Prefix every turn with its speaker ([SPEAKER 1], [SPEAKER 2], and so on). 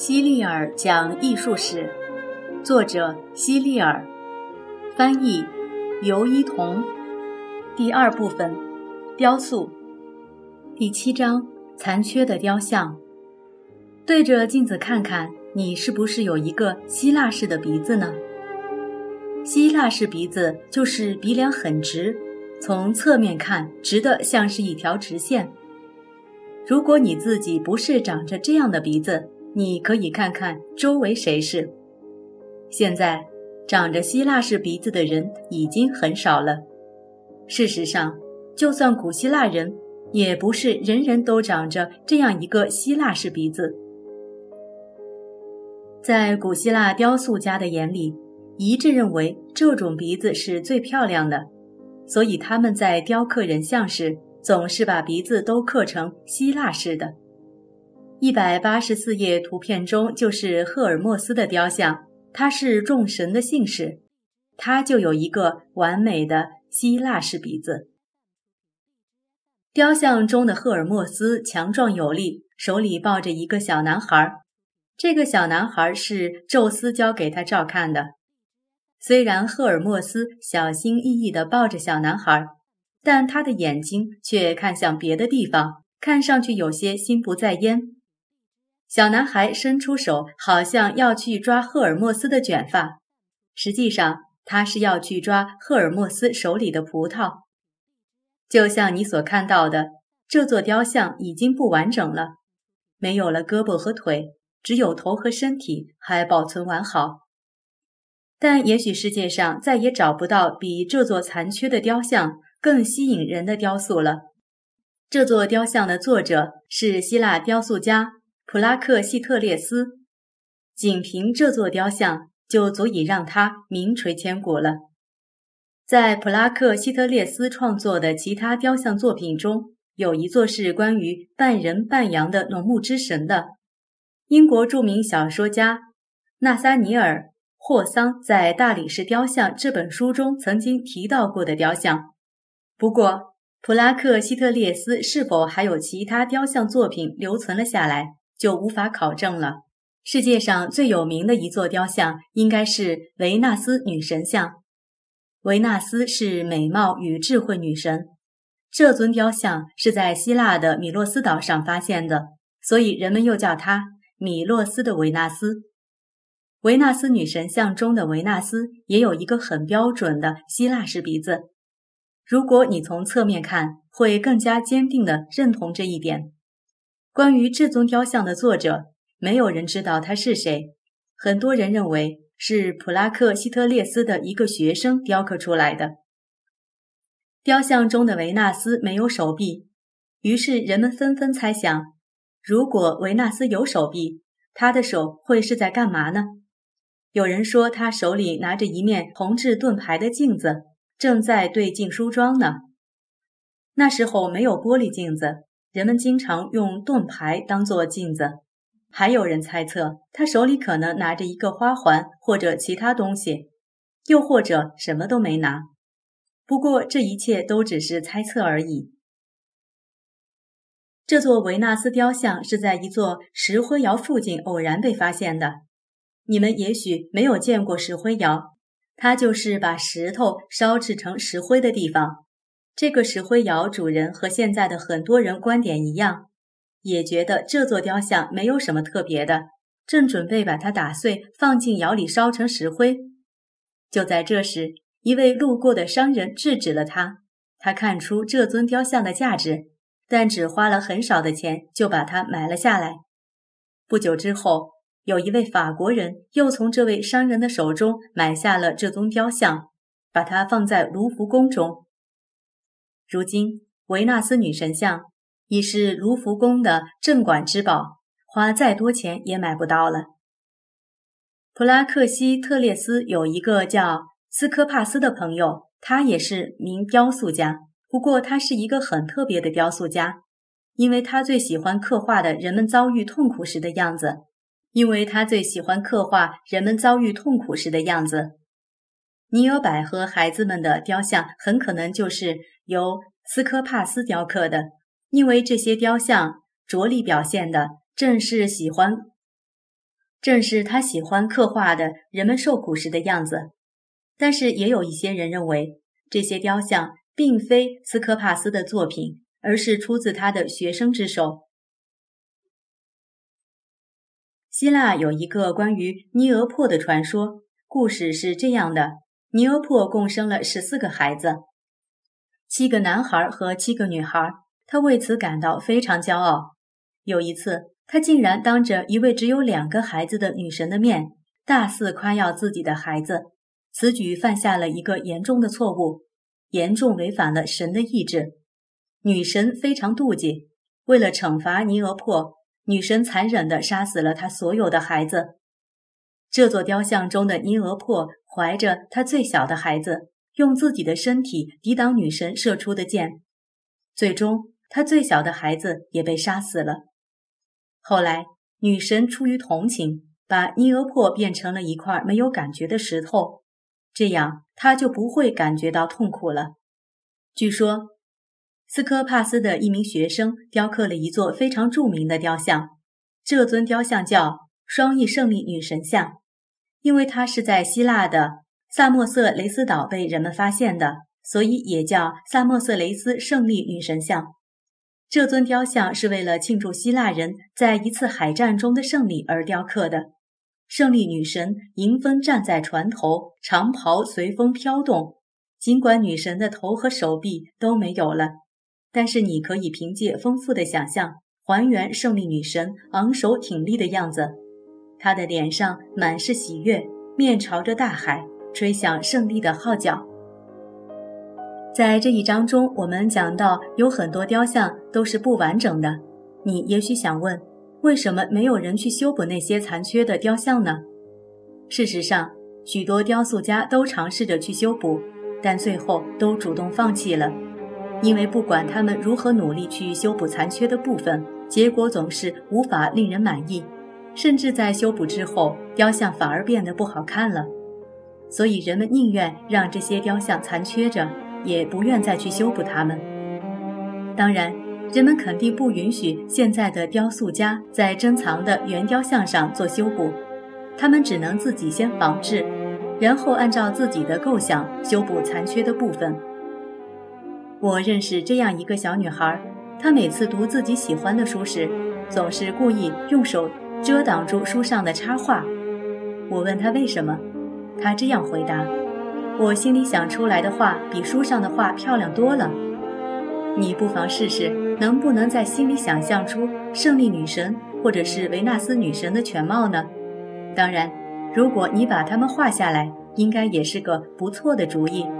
[SPEAKER 1] 希利尔讲艺术史，作者希利尔，翻译尤一彤。第二部分，雕塑。第7章，残缺的雕像。对着镜子看看，你是不是有一个希腊式的鼻子呢？希腊式鼻子就是鼻梁很直，从侧面看直得像是一条直线。如果你自己不是长着这样的鼻子，你可以看看周围谁是。现在长着希腊式鼻子的人已经很少了。事实上，就算古希腊人，也不是人人都长着这样一个希腊式鼻子。在古希腊雕塑家的眼里，一致认为这种鼻子是最漂亮的，所以他们在雕刻人像时，总是把鼻子都刻成希腊式的。184页图片中就是赫尔墨斯的雕像，他是众神的信使，他就有一个完美的希腊式鼻子。雕像中的赫尔墨斯强壮有力，手里抱着一个小男孩，这个小男孩是宙斯交给他照看的。虽然赫尔墨斯小心翼翼地抱着小男孩，但他的眼睛却看向别的地方，看上去有些心不在焉。小男孩伸出手，好像要去抓赫尔墨斯的卷发，实际上他是要去抓赫尔墨斯手里的葡萄。就像你所看到的，这座雕像已经不完整了，没有了胳膊和腿，只有头和身体还保存完好。但也许世界上再也找不到比这座残缺的雕像更吸引人的雕塑了。这座雕像的作者是希腊雕塑家普拉克西特列斯，仅凭这座雕像就足以让他名垂千古了。在普拉克西特列斯创作的其他雕像作品中，有一座是关于半人半羊的农牧之神的。英国著名小说家纳萨尼尔·霍桑在《大理石雕像》这本书中曾经提到过的雕像。不过，普拉克西特列斯是否还有其他雕像作品留存了下来，就无法考证了。世界上最有名的一座雕像应该是维纳斯女神像。维纳斯是美貌与智慧女神，这尊雕像是在希腊的米洛斯岛上发现的，所以人们又叫它米洛斯的维纳斯。维纳斯女神像中的维纳斯也有一个很标准的希腊式鼻子，如果你从侧面看，会更加坚定地认同这一点。关于这尊雕像的作者，没有人知道他是谁，很多人认为是普拉克西特列斯的一个学生雕刻出来的。雕像中的维纳斯没有手臂，于是人们纷纷猜想，如果维纳斯有手臂，他的手会是在干嘛呢？有人说他手里拿着一面铜制盾牌的镜子，正在对镜梳妆呢。那时候没有玻璃镜子，人们经常用盾牌当作镜子。还有人猜测他手里可能拿着一个花环或者其他东西，又或者什么都没拿。不过这一切都只是猜测而已。这座维纳斯雕像是在一座石灰窑附近偶然被发现的。你们也许没有见过石灰窑，它就是把石头烧制成石灰的地方。这个石灰窑主人和现在的很多人观点一样，也觉得这座雕像没有什么特别的，正准备把它打碎放进窑里烧成石灰。就在这时，一位路过的商人制止了他，他看出这尊雕像的价值，但只花了很少的钱就把它买了下来。不久之后，有一位法国人又从这位商人的手中买下了这尊雕像，把它放在卢浮宫中。如今，维纳斯女神像已是卢浮宫的镇馆之宝，花再多钱也买不到了。普拉克西特列斯有一个叫斯科帕斯的朋友，他也是名雕塑家，不过他是一个很特别的雕塑家，因为他最喜欢刻画的人们遭遇痛苦时的样子。尼尔百合孩子们的雕像很可能就是由斯科帕斯雕刻的，因为这些雕像着力表现的正是喜欢正是他喜欢刻画的人们受苦时的样子。但是也有一些人认为，这些雕像并非斯科帕斯的作品，而是出自他的学生之手。希腊有一个关于尼俄珀的传说，故事是这样的：尼俄珀共生了14个孩子，7个男孩和7个女孩，他为此感到非常骄傲。有一次，他竟然当着一位只有2个孩子的女神的面，大肆夸耀自己的孩子，此举犯下了一个严重的错误，严重违反了神的意志。女神非常妒忌，为了惩罚尼俄珀，女神残忍地杀死了他所有的孩子。这座雕像中的尼俄珀怀着他最小的孩子，用自己的身体抵挡女神射出的箭，最终他最小的孩子也被杀死了。后来女神出于同情，把尼俄珀变成了一块没有感觉的石头，这样他就不会感觉到痛苦了。据说斯科帕斯的一名学生雕刻了一座非常著名的雕像，这尊雕像叫双翼胜利女神像，因为它是在希腊的萨莫色雷斯岛被人们发现的，所以也叫萨莫色雷斯胜利女神像。这尊雕像是为了庆祝希腊人在一次海战中的胜利而雕刻的。胜利女神迎风站在船头，长袍随风飘动，尽管女神的头和手臂都没有了，但是你可以凭借丰富的想象还原胜利女神昂首挺立的样子。她的脸上满是喜悦，面朝着大海，吹响胜利的号角。在这一章中，我们讲到有很多雕像都是不完整的。你也许想问，为什么没有人去修补那些残缺的雕像呢？事实上，许多雕塑家都尝试着去修补，但最后都主动放弃了。因为不管他们如何努力去修补残缺的部分，结果总是无法令人满意，甚至在修补之后，雕像反而变得不好看了。所以人们宁愿让这些雕像残缺着，也不愿再去修补它们。当然，人们肯定不允许现在的雕塑家在珍藏的原雕像上做修补，他们只能自己先仿制，然后按照自己的构想修补残缺的部分。我认识这样一个小女孩，她每次读自己喜欢的书时，总是故意用手遮挡住书上的插画。我问她为什么，她这样回答：我心里想出来的画比书上的画漂亮多了。你不妨试试，能不能在心里想象出胜利女神或者是维纳斯女神的全貌呢？当然，如果你把它们画下来，应该也是个不错的主意。